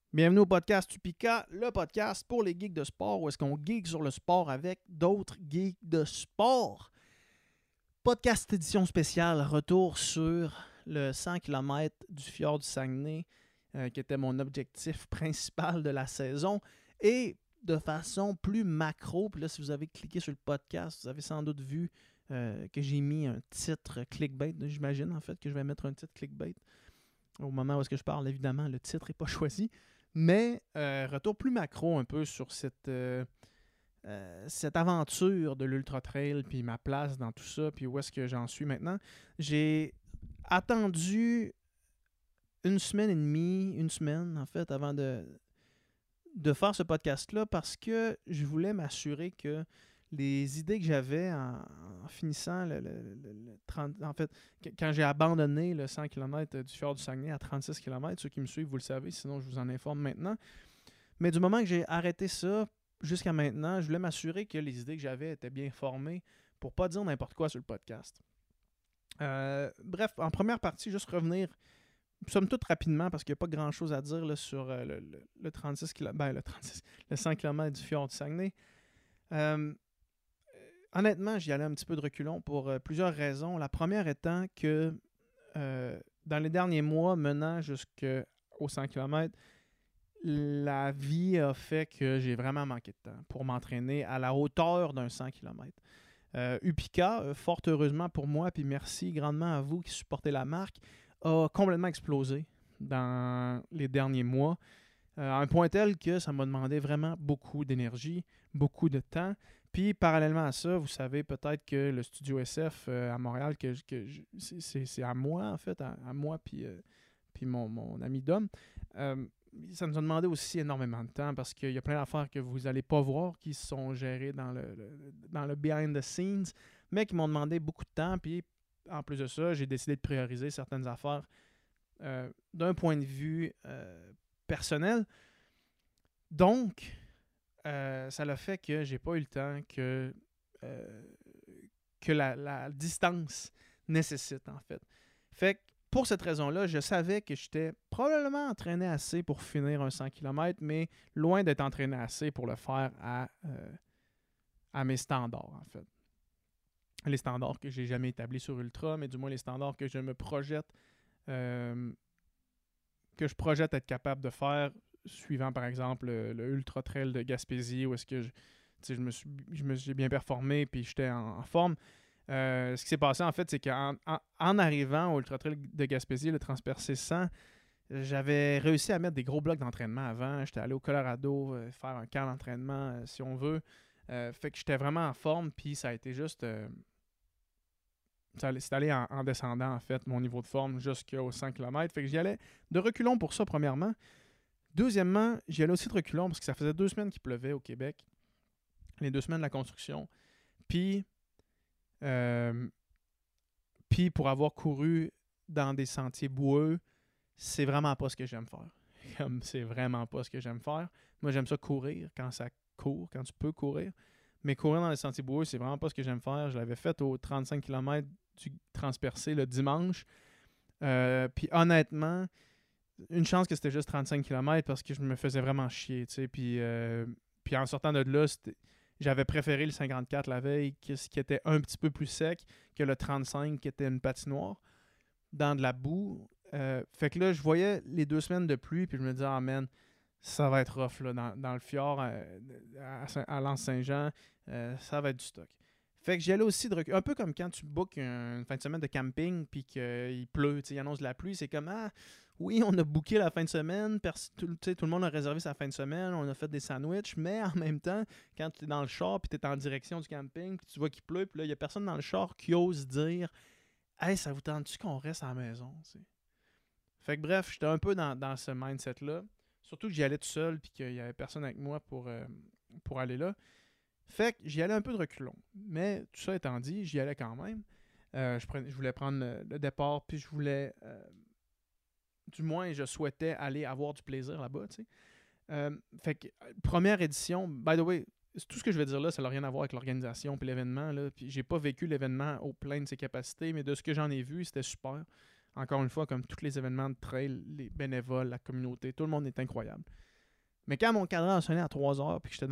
Bienvenue au podcast Tupica, le podcast pour les geeks de sport, où est-ce qu'on geek sur le sport avec d'autres geeks de sport. Podcast édition spéciale, retour sur le 100 km du fjord du Saguenay, qui était mon objectif principal de la saison. Et de façon plus macro, puis là, si vous avez cliqué sur le podcast, vous avez sans doute vu que j'ai mis un titre clickbait. J'imagine en fait que je vais mettre un titre clickbait. Au moment où est-ce que je parle, évidemment, le titre n'est pas choisi. Mais retour plus macro un peu sur cette aventure de l'Ultra Trail, puis ma place dans tout ça, puis où est-ce que j'en suis maintenant. J'ai attendu une semaine en fait, avant de faire ce podcast-là, parce que je voulais m'assurer que les idées que j'avais en finissant le 30... En fait, quand j'ai abandonné le 100 km du fjord du Saguenay à 36 km, ceux qui me suivent, vous le savez, sinon je vous en informe maintenant. Mais du moment que j'ai arrêté ça jusqu'à maintenant, je voulais m'assurer que les idées que j'avais étaient bien formées pour pas dire n'importe quoi sur le podcast. Bref, en première partie, juste revenir, somme toute rapidement, parce qu'il n'y a pas grand-chose à dire là, sur le 36 km, le 100 km du fjord du Saguenay. Honnêtement, j'y allais un petit peu de reculons pour plusieurs raisons. La première étant que dans les derniers mois menant jusqu'au 100 km, la vie a fait que j'ai vraiment manqué de temps pour m'entraîner à la hauteur d'un 100 km. Upica, fort heureusement pour moi, puis merci grandement à vous qui supportez la marque, a complètement explosé dans les derniers mois. À un point tel que ça m'a demandé vraiment beaucoup d'énergie, beaucoup de temps. Puis parallèlement à ça, vous savez peut-être que le studio SF à Montréal, c'est à moi en fait, à moi puis mon ami Dom. Ça nous a demandé aussi énormément de temps parce qu'il y a plein d'affaires que vous n'allez pas voir qui sont gérées dans le behind the scenes, mais qui m'ont demandé beaucoup de temps. Puis en plus de ça, j'ai décidé de prioriser certaines affaires d'un point de vue personnel. Donc, ça l'a fait que j'ai pas eu le temps que la distance nécessite, en fait. Fait que pour cette raison-là, je savais que j'étais probablement entraîné assez pour finir un 100 km, mais loin d'être entraîné assez pour le faire à mes standards, en fait. Les standards que j'ai jamais établis sur Ultra, mais du moins les standards que je me projette, que je projette être capable de faire, suivant par exemple le Ultra Trail de Gaspésie, où est-ce que j'ai bien performé puis j'étais en forme. Ce qui s'est passé en fait, c'est qu'en arrivant au Ultra Trail de Gaspésie, le Transpercé 100, j'avais réussi à mettre des gros blocs d'entraînement avant. J'étais allé au Colorado faire un camp d'entraînement, si on veut. Fait que j'étais vraiment en forme, puis ça a été juste... c'est allé en descendant, en fait, mon niveau de forme jusqu'au 100 km. Fait que j'y allais de reculons pour ça, premièrement. Deuxièmement, j'y allais aussi de reculons parce que ça faisait 2 semaines qu'il pleuvait au Québec. Les 2 semaines de la construction. Puis pour avoir couru dans des sentiers boueux, c'est vraiment pas ce que j'aime faire. C'est vraiment pas ce que j'aime faire. Moi, j'aime ça courir quand ça court, quand tu peux courir. Mais courir dans les sentiers boueux, c'est vraiment pas ce que j'aime faire. Je l'avais fait au 35 km du Transpercé le dimanche. Puis honnêtement, une chance que c'était juste 35 km parce que je me faisais vraiment chier. Puis en sortant de là, j'avais préféré le 54 la veille, qui était un petit peu plus sec que le 35 qui était une patinoire dans de la boue. Fait que là, je voyais les 2 semaines de pluie, puis je me disais, ah man, ça va être rough là, dans le fjord à L'Anse-Saint-Jean, ça va être du stock. Fait que j'y allais aussi un peu comme quand tu bookes une fin de semaine de camping puis qu'il pleut, il annonce de la pluie, c'est comme ah oui, on a booké la fin de semaine, tout le monde a réservé sa fin de semaine, on a fait des sandwichs, mais en même temps, quand tu es dans le char puis tu es en direction du camping, puis tu vois qu'il pleut, puis là il y a personne dans le char qui ose dire hey, ça vous tente-tu qu'on reste à la maison, t'sais? Fait que bref, j'étais un peu dans ce mindset-là. Surtout que j'y allais tout seul puis qu'il n'y avait personne avec moi pour aller là. Fait que j'y allais un peu de reculons. Mais tout ça étant dit, j'y allais quand même. Je voulais prendre le départ, puis je voulais... du moins, je souhaitais aller avoir du plaisir là-bas, tu sais. Fait que, première édition, by the way, tout ce que je vais dire là, ça n'a rien à voir avec l'organisation puis l'événement. Là. Puis j'ai pas vécu l'événement au plein de ses capacités, mais de ce que j'en ai vu, c'était super. Encore une fois, comme tous les événements de trail, les bénévoles, la communauté, tout le monde est incroyable. Mais quand mon cadran a sonné à 3 heures puis que j'étais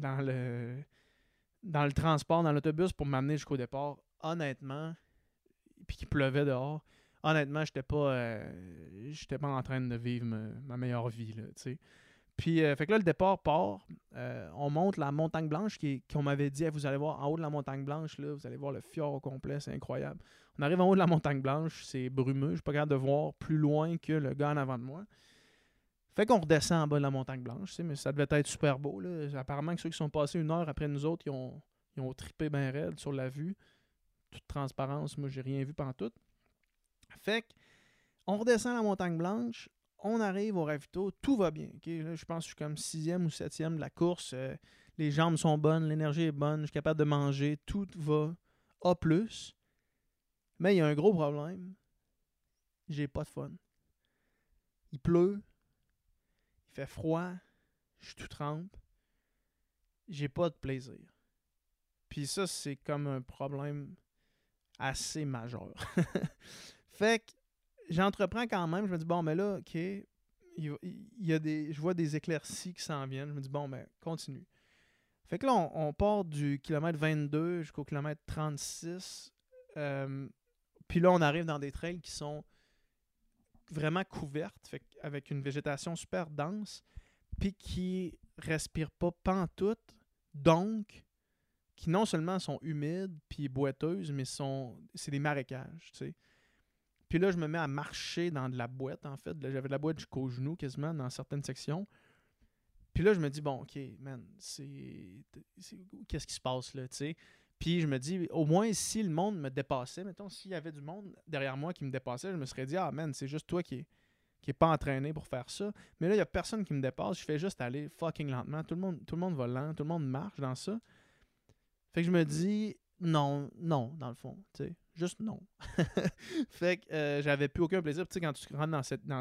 dans le transport, dans l'autobus pour m'amener jusqu'au départ, honnêtement, puis qu'il pleuvait dehors, honnêtement, j'étais pas en train de vivre ma meilleure vie, là, tu sais. Puis, fait que là, le départ part. On monte la montagne blanche qu'on m'avait dit, hey, vous allez voir en haut de la montagne blanche, là, vous allez voir le fjord au complet, c'est incroyable. On arrive en haut de la montagne blanche, c'est brumeux, je suis pas capable de voir plus loin que le gars en avant de moi. Fait qu'on redescend en bas de la montagne blanche, tu sais, mais ça devait être super beau, là. Apparemment que ceux qui sont passés 1 heure après nous autres, ils ont trippé bien raide sur la vue. Toute transparence, moi j'ai rien vu pantoute. Fait qu'on redescend la montagne blanche, on arrive au ravito, tout va bien. Okay? Là, je pense que je suis comme 6e ou 7e de la course. Les jambes sont bonnes, l'énergie est bonne, je suis capable de manger, tout va A+. Mais il y a un gros problème. J'ai pas de fun. Il pleut, il fait froid, je suis tout trempe. J'ai pas de plaisir. Puis ça, c'est comme un problème assez majeur. Fait que j'entreprends quand même. Je me dis, bon, mais là, OK, je vois des éclaircies qui s'en viennent. Je me dis, bon, ben, continue. Fait que là, on part du kilomètre 22 jusqu'au kilomètre 36. Puis là, on arrive dans des trails qui sont vraiment couvertes, fait avec une végétation super dense, puis qui respirent pas pantoute, donc qui non seulement sont humides puis boiteuses, mais c'est des marécages, tu sais. Puis là, je me mets à marcher dans de la boîte, en fait. Là, j'avais de la boîte jusqu'aux genoux, quasiment, dans certaines sections. Puis là, je me dis, bon, OK, man, qu'est-ce qui se passe, là, tu sais? Puis je me dis, au moins, si le monde me dépassait, mettons, s'il y avait du monde derrière moi qui me dépassait, je me serais dit, ah, man, c'est juste toi qui est pas entraîné pour faire ça. Mais là, il y a personne qui me dépasse. Je fais juste aller fucking lentement. Tout le monde va lent. Tout le monde marche dans ça. Fait que je me dis, non, dans le fond, tu sais, juste non. Fait que j'avais plus aucun plaisir. Tu sais, quand tu rentres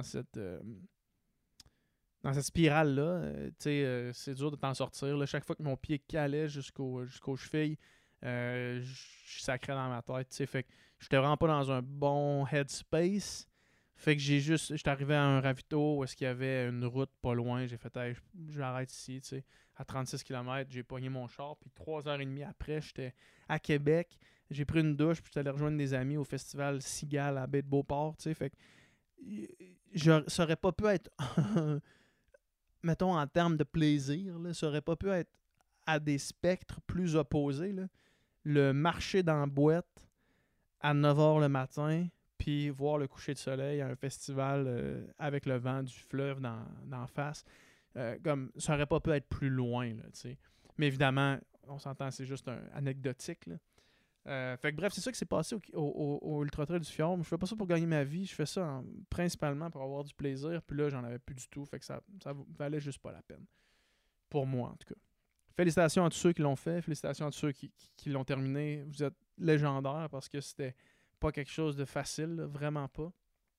dans cette spirale-là, tu sais, c'est dur de t'en sortir. Là. Chaque fois que mon pied calait jusqu'aux chevilles, je sacrais dans ma tête, tu sais. Fait que j'étais vraiment pas dans un bon headspace. Fait que j'étais arrivé à un ravito où est-ce qu'il y avait une route pas loin. J'ai fait, hey, j'arrête ici, tu sais. À 36 km, j'ai pogné mon char. Puis 3h30 après, j'étais à Québec. J'ai pris une douche, puis j'étais allé rejoindre des amis au festival Cigale à Baie-de-Beauport, tu sais. Fait que ça aurait pas pu être, mettons, en termes de plaisir, là, ça aurait pas pu être à des spectres plus opposés, là. Le marcher dans la boîte à 9h le matin, puis voir le coucher de soleil à un festival avec le vent du fleuve d'en face. Comme ça aurait pas pu être plus loin, là, tu sais. Mais évidemment, on s'entend, c'est juste anecdotique, là. Fait que bref, c'est ça qui s'est passé au Ultra Trail du Fjord. Je fais pas ça pour gagner ma vie, je fais ça principalement pour avoir du plaisir, puis là, j'en avais plus du tout, fait que ça valait juste pas la peine. Pour moi, en tout cas. Félicitations à tous ceux qui l'ont fait, félicitations à tous ceux qui l'ont terminé. Vous êtes légendaires parce que c'était pas quelque chose de facile, là, vraiment pas.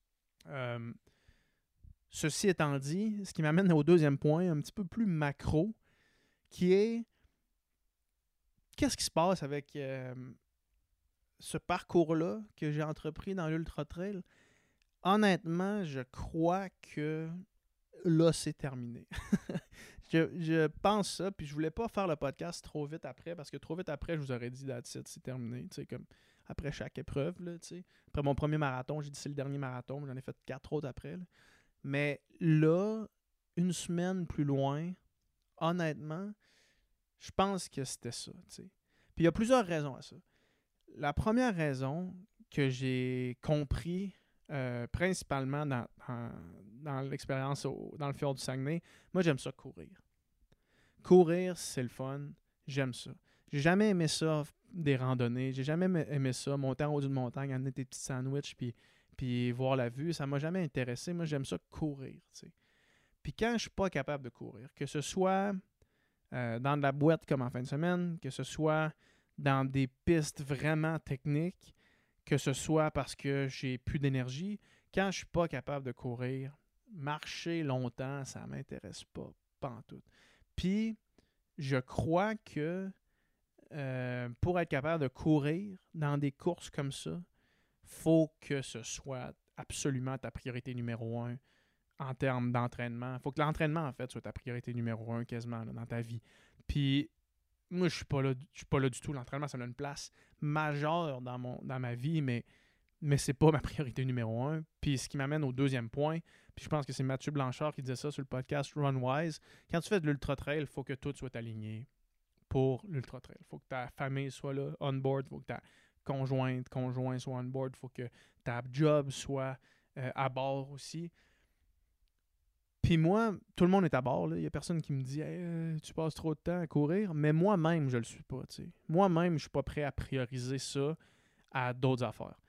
Ceci étant dit, ce qui m'amène au deuxième point, un petit peu plus macro, qui est qu'est-ce qui se passe avec ce parcours-là que j'ai entrepris dans l'Ultra Trail. Honnêtement, je crois que là, c'est terminé. je pense ça, puis je voulais pas faire le podcast trop vite après, parce que trop vite après, je vous aurais dit that's it, c'est terminé, tu sais, comme après chaque épreuve, là, tu sais. Après mon premier marathon, j'ai dit c'est le dernier marathon, j'en ai fait 4 autres après, là. Mais là, une semaine plus loin, honnêtement, je pense que c'était ça, tu sais. Puis il y a plusieurs raisons à ça. La première raison que j'ai compris principalement dans l'expérience dans le fjord du Saguenay, moi j'aime ça courir. Courir, c'est le fun, j'aime ça. J'ai jamais aimé ça, des randonnées, j'ai jamais aimé ça, monter en haut d'une montagne, amener des petits sandwichs puis voir la vue, ça m'a jamais intéressé. Moi j'aime ça courir, tu sais. Puis quand je suis pas capable de courir, que ce soit dans de la boîte comme en fin de semaine, que ce soit dans des pistes vraiment techniques, que ce soit parce que j'ai plus d'énergie, quand je suis pas capable de courir, marcher longtemps, ça m'intéresse pas pantoute. Puis, je crois que pour être capable de courir dans des courses comme ça, faut que ce soit absolument ta priorité numéro un en termes d'entraînement. Il faut que l'entraînement, en fait, soit ta priorité numéro un quasiment là, dans ta vie. Puis, moi, je suis pas là du tout. L'entraînement, ça a une place majeure dans ma vie, mais c'est pas ma priorité numéro un. Puis, ce qui m'amène au deuxième point, puis je pense que c'est Mathieu Blanchard qui disait ça sur le podcast Runwise. Quand tu fais de l'ultra-trail, il faut que tout soit aligné pour l'ultra-trail. Il faut que ta famille soit là, on board. Il faut que ta conjoint soit on board. Il faut que ta job soit à bord aussi. Puis moi, tout le monde est à bord. Il n'y a personne qui me dit hey, tu passes trop de temps à courir. Mais moi-même, je le suis pas. T'sais. Moi-même, je suis pas prêt à prioriser ça à d'autres affaires.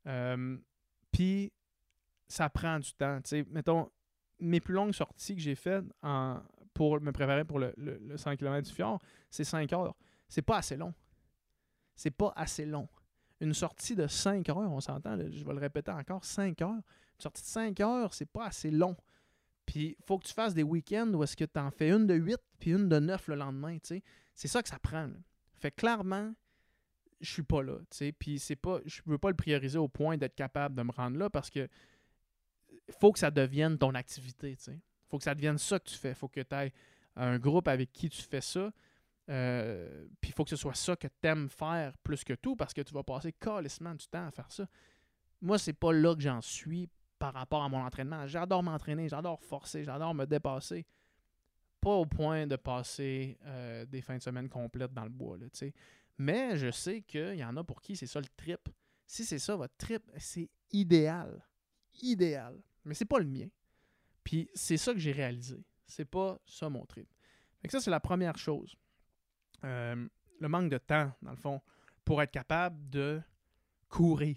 Puis, ça prend du temps. T'sais. Mettons, mes plus longues sorties que j'ai faites pour me préparer pour le 100 km du fjord, c'est 5 heures. C'est pas assez long. C'est pas assez long. Une sortie de 5 heures, on s'entend, là, je vais le répéter encore, 5 heures. Une sortie de 5 heures, c'est pas assez long. Puis, il faut que tu fasses des week-ends où est-ce que tu en fais une de 8 puis une de 9 le lendemain, tu sais. C'est ça que ça prend, là. Fait que clairement, je suis pas là, tu sais. Puis, je veux pas le prioriser au point d'être capable de me rendre là parce que faut que ça devienne ton activité, tu sais. Faut que ça devienne ça que tu fais. Faut que tu aies un groupe avec qui tu fais ça. Puis, il faut que ce soit ça que tu aimes faire plus que tout parce que tu vas passer calissement du temps à faire ça. Moi, c'est pas là que j'en suis par rapport à mon entraînement. J'adore m'entraîner, j'adore forcer, j'adore me dépasser. Pas au point de passer des fins de semaine complètes dans le bois, là, t'sais. Mais je sais qu'il y en a pour qui c'est ça le trip. Si c'est ça votre trip, c'est idéal. Idéal. Mais c'est pas le mien. Puis c'est ça que j'ai réalisé. C'est pas ça mon trip. Fait que ça, c'est la première chose. Le manque de temps, dans le fond, pour être capable de courir.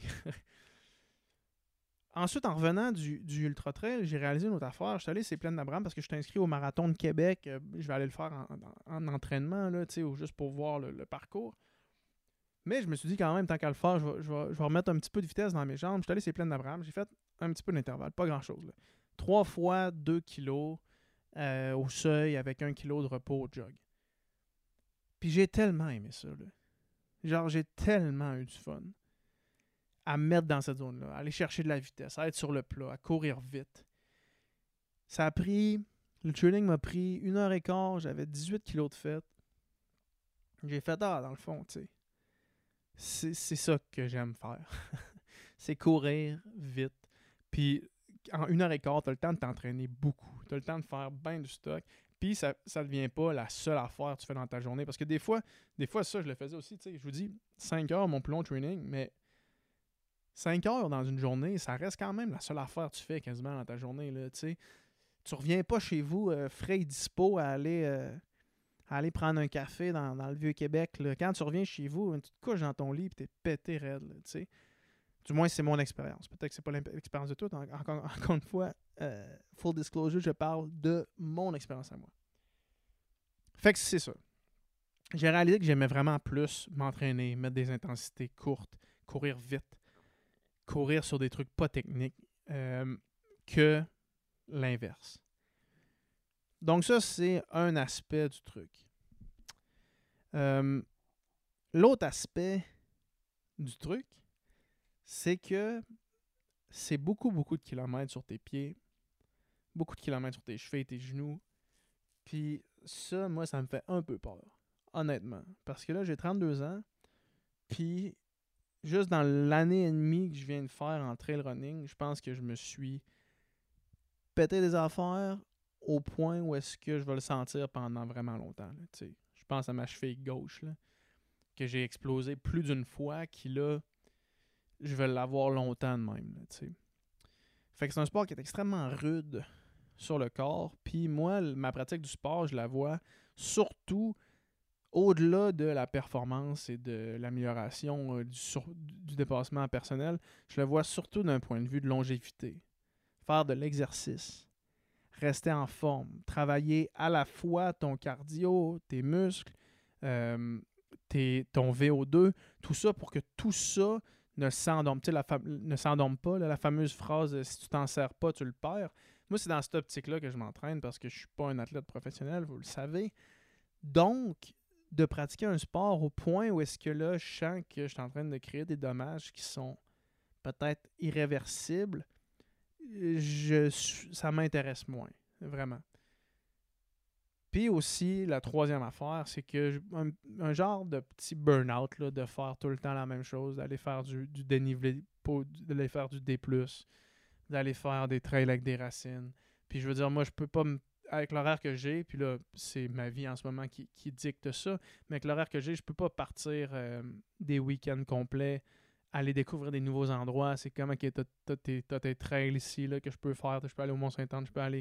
Ensuite, en revenant du Ultra Trail, j'ai réalisé une autre affaire. Je suis allé sur Plaine d'Abraham parce que je suis inscrit au Marathon de Québec. Je vais aller le faire en entraînement, là, ou juste pour voir le parcours. Mais je me suis dit quand même, tant qu'à le faire, je vais remettre un petit peu de vitesse dans mes jambes. Je suis allé sur Plaine d'Abraham. J'ai fait un petit peu d'intervalle, pas grand-chose. Là. 3 fois 2 kilos au seuil avec 1 kilo de repos au jog. Puis j'ai tellement aimé ça. Là. Genre, j'ai tellement eu du fun à me mettre dans cette zone-là, à aller chercher de la vitesse, à être sur le plat, à courir vite. Le training m'a pris 1h15, j'avais 18 kilos de fête. J'ai fait, dans le fond, tu sais, c'est ça que j'aime faire. C'est courir vite. Puis, en 1h15, t'as le temps de t'entraîner beaucoup. T'as le temps de faire bien du stock. Puis, ça ne devient pas la seule affaire que tu fais dans ta journée. Parce que des fois ça, je le faisais aussi, tu sais. Je vous dis, 5 heures, mon plus long training, mais 5 heures dans une journée, ça reste quand même la seule affaire que tu fais quasiment dans ta journée. Là, t'sais. Tu reviens pas chez vous frais et dispo à aller prendre un café dans le Vieux-Québec. Là. Quand tu reviens chez vous, tu te couches dans ton lit et tu es pété raide. Là, du moins, c'est mon expérience. Peut-être que c'est pas l'expérience de tout. Encore une fois, full disclosure, je parle de mon expérience à moi. Fait que c'est ça. J'ai réalisé que j'aimais vraiment plus m'entraîner, mettre des intensités courtes, courir vite. Courir sur des trucs pas techniques que l'inverse. Donc ça, c'est un aspect du truc. L'autre aspect du truc, c'est que c'est beaucoup de kilomètres sur tes pieds, beaucoup de kilomètres sur tes chevilles, tes genoux. Puis ça, moi, ça me fait un peu peur, honnêtement. Parce que là, j'ai 32 ans, puis juste dans l'année et demie que je viens de faire en trail running, je pense que je me suis pété des affaires au point où est-ce que je vais le sentir pendant vraiment longtemps. Là, je pense à ma cheville gauche, là, que j'ai explosé plus d'une fois, qui là, je vais l'avoir longtemps de même. Là, fait que c'est un sport qui est extrêmement rude sur le corps. Puis moi, ma pratique du sport, je la vois surtout au-delà de la performance et de l'amélioration du dépassement personnel, je le vois surtout d'un point de vue de longévité. Faire de l'exercice, rester en forme, travailler à la fois ton cardio, tes muscles, ton VO2, tout ça pour que tout ça ne s'endorme. Tu sais, ne s'endorme pas, là, la fameuse phrase « si tu t'en sers pas, tu le perds ». Moi, c'est dans cette optique-là que je m'entraîne parce que je ne suis pas un athlète professionnel, vous le savez. Donc, de pratiquer un sport au point où est-ce que là, je sens que je suis en train de créer des dommages qui sont peut-être irréversibles, ça m'intéresse moins, vraiment. Puis aussi, la troisième affaire, c'est que un genre de petit burn-out, là, de faire tout le temps la même chose, d'aller faire du dénivelé, d'aller faire du D+, d'aller faire des trails avec des racines. Puis je veux dire, moi, je peux pas avec l'horaire que j'ai, puis là, c'est ma vie en ce moment qui dicte ça, mais avec l'horaire que j'ai, je peux pas partir des week-ends complets, aller découvrir des nouveaux endroits. C'est comme, ok, t'as tes trails ici là, que je peux faire. Je peux aller au Mont-Saint-Anne, je peux aller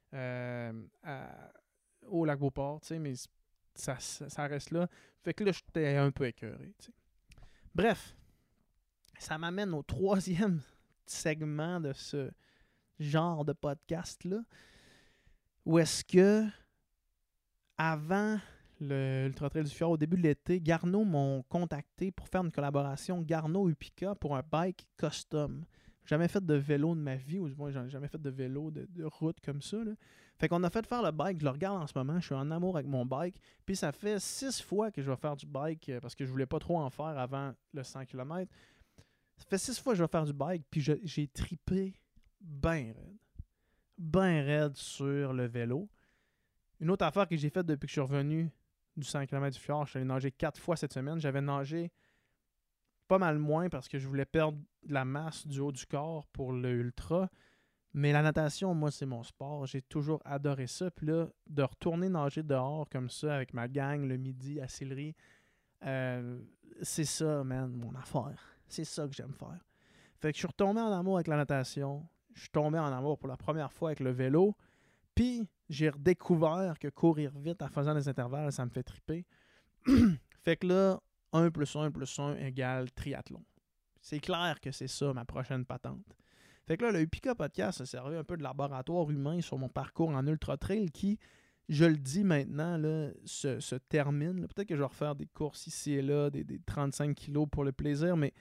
au Lac-Beauport, tu sais, mais ça reste là. Fait que là, j'étais un peu écœuré, tu sais. Bref, ça m'amène au troisième segment de ce genre de podcast-là, où est-ce que, avant l'Ultra Trail du Fjord, au début de l'été, Garneau m'ont contacté pour faire une collaboration Garneau-Upica pour un bike custom. J'ai jamais fait de vélo de ma vie, ou du moins, j'en ai jamais fait de vélo de route comme ça, là. Fait qu'on a fait faire le bike, je le regarde en ce moment, je suis en amour avec mon bike, puis ça fait 6 fois que je vais faire du bike, parce que je voulais pas trop en faire avant le 100 km. Ça fait 6 fois que je vais faire du bike, puis j'ai tripé ben raide sur le vélo. Une autre affaire que j'ai faite depuis que je suis revenu du 100 km du fjord, je suis allé nager 4 fois cette semaine. J'avais nagé pas mal moins parce que je voulais perdre de la masse du haut du corps pour le ultra. Mais la natation, moi, c'est mon sport. J'ai toujours adoré ça. Puis là, de retourner nager dehors comme ça avec ma gang le midi à Sillery, c'est ça, man, mon affaire. C'est ça que j'aime faire. Fait que je suis retombé en amour avec la natation. Je suis tombé en amour pour la première fois avec le vélo. Puis, j'ai redécouvert que courir vite en faisant des intervalles, ça me fait triper. Fait que là, 1 + 1 + 1 égale triathlon. C'est clair que c'est ça ma prochaine patente. Fait que là, le Upica Podcast a servi un peu de laboratoire humain sur mon parcours en ultra trail qui, je le dis maintenant, là, se termine. Peut-être que je vais refaire des courses ici et là, des 35 kilos pour le plaisir, mais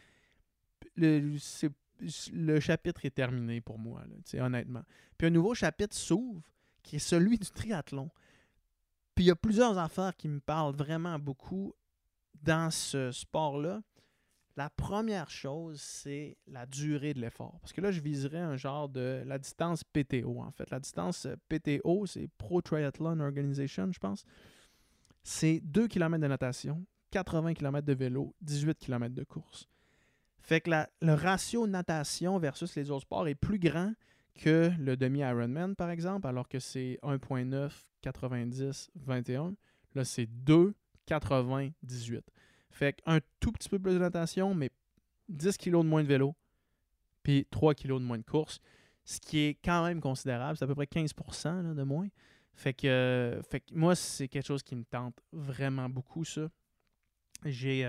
le chapitre est terminé pour moi, là, honnêtement. Puis un nouveau chapitre s'ouvre, qui est celui du triathlon. Puis il y a plusieurs affaires qui me parlent vraiment beaucoup dans ce sport-là. La première chose, c'est la durée de l'effort. Parce que là, je viserais un genre de la distance PTO, en fait. La distance PTO, c'est Pro Triathlon Organization, je pense. C'est 2 km de natation, 80 km de vélo, 18 km de course. Fait que le ratio natation versus les autres sports est plus grand que le demi-Ironman, par exemple, alors que c'est 1.9, 90, 21. Là, c'est 2, 80, 18. Fait qu'un tout petit peu plus de natation, mais 10 kilos de moins de vélo, puis 3 kilos de moins de course, ce qui est quand même considérable. C'est à peu près 15% là, de moins. Fait que moi, c'est quelque chose qui me tente vraiment beaucoup, ça. J'ai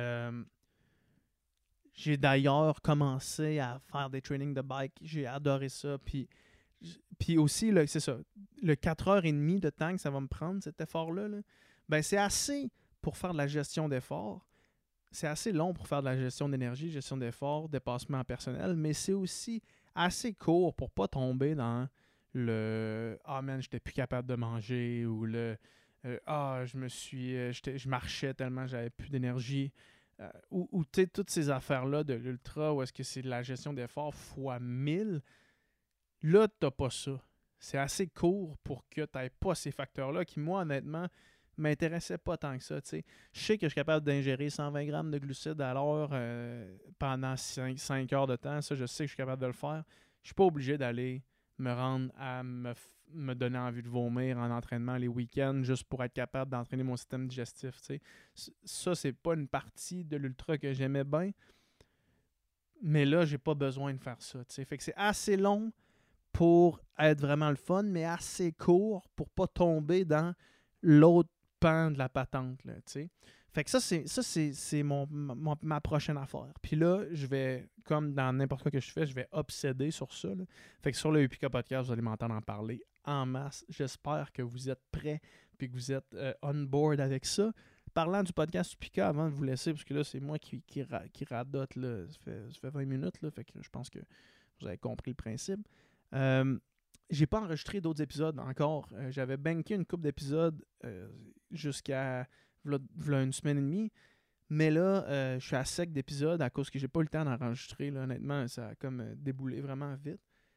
d'ailleurs commencé à faire des trainings de bike. J'ai adoré ça. Puis aussi, c'est ça, le 4h30 de temps que ça va me prendre, cet effort-là, ben c'est assez pour faire de la gestion d'effort. C'est assez long pour faire de la gestion d'énergie, gestion d'effort, dépassement personnel, mais c'est aussi assez court pour pas tomber dans le « Ah man, j'étais plus capable de manger » ou le « Ah, je marchais tellement j'avais plus d'énergie ». Ou tu sais, toutes ces affaires-là de l'ultra, où est-ce que c'est de la gestion d'effort fois 1000, là, t'as pas ça. C'est assez court pour que tu n'aies pas ces facteurs-là qui, moi, honnêtement, m'intéressaient pas tant que ça. T'sais. Je sais que je suis capable d'ingérer 120 grammes de glucides à l'heure pendant 5 heures de temps. Ça, je sais que je suis capable de le faire. Je suis pas obligé d'aller me rendre à me donner envie de vomir en entraînement les week-ends juste pour être capable d'entraîner mon système digestif. T'sais. Ça, c'est pas une partie de l'ultra que j'aimais bien. Mais là, j'ai pas besoin de faire ça. T'sais. Fait que c'est assez long pour être vraiment le fun, mais assez court pour pas tomber dans l'autre pan de la patente. Là, fait que ça, c'est ma prochaine affaire. Puis là, je vais, comme dans n'importe quoi que je fais, je vais obséder sur ça. Là. Fait que sur le Upica Podcast, vous allez m'entendre en parler en masse. J'espère que vous êtes prêts et que vous êtes on board avec ça. Parlant du podcast Upica, avant de vous laisser, parce que là, c'est moi qui radote. Là. Ça fait 20 minutes. Là, fait que je pense que vous avez compris le principe. J'ai pas enregistré d'autres épisodes encore. J'avais banké une couple d'épisodes jusqu'à v'là une semaine et demie. Mais là, je suis à sec d'épisodes à cause que j'ai pas eu le temps d'enregistrer. Là, honnêtement, ça a comme déboulé vraiment vite.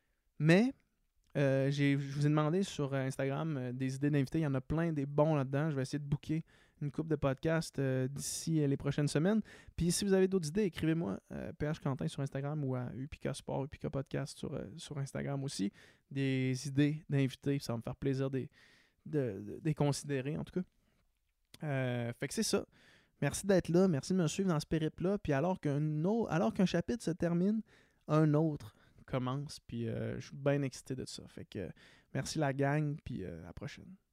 Mais je vous ai demandé sur Instagram des idées d'invités. Il y en a plein des bons là-dedans. Je vais essayer de booker une couple de podcasts d'ici les prochaines semaines. Puis si vous avez d'autres idées, écrivez-moi PH Quentin sur Instagram ou à Upika Sport, Upika Podcast sur Instagram aussi. Des idées d'invités. Ça va me faire plaisir de les considérer en tout cas. Fait que c'est ça. Merci d'être là. Merci de me suivre dans ce périple-là. Puis alors qu'un chapitre se termine, un autre commence. Puis je suis bien excité de ça. Fait que merci la gang. Puis à la prochaine.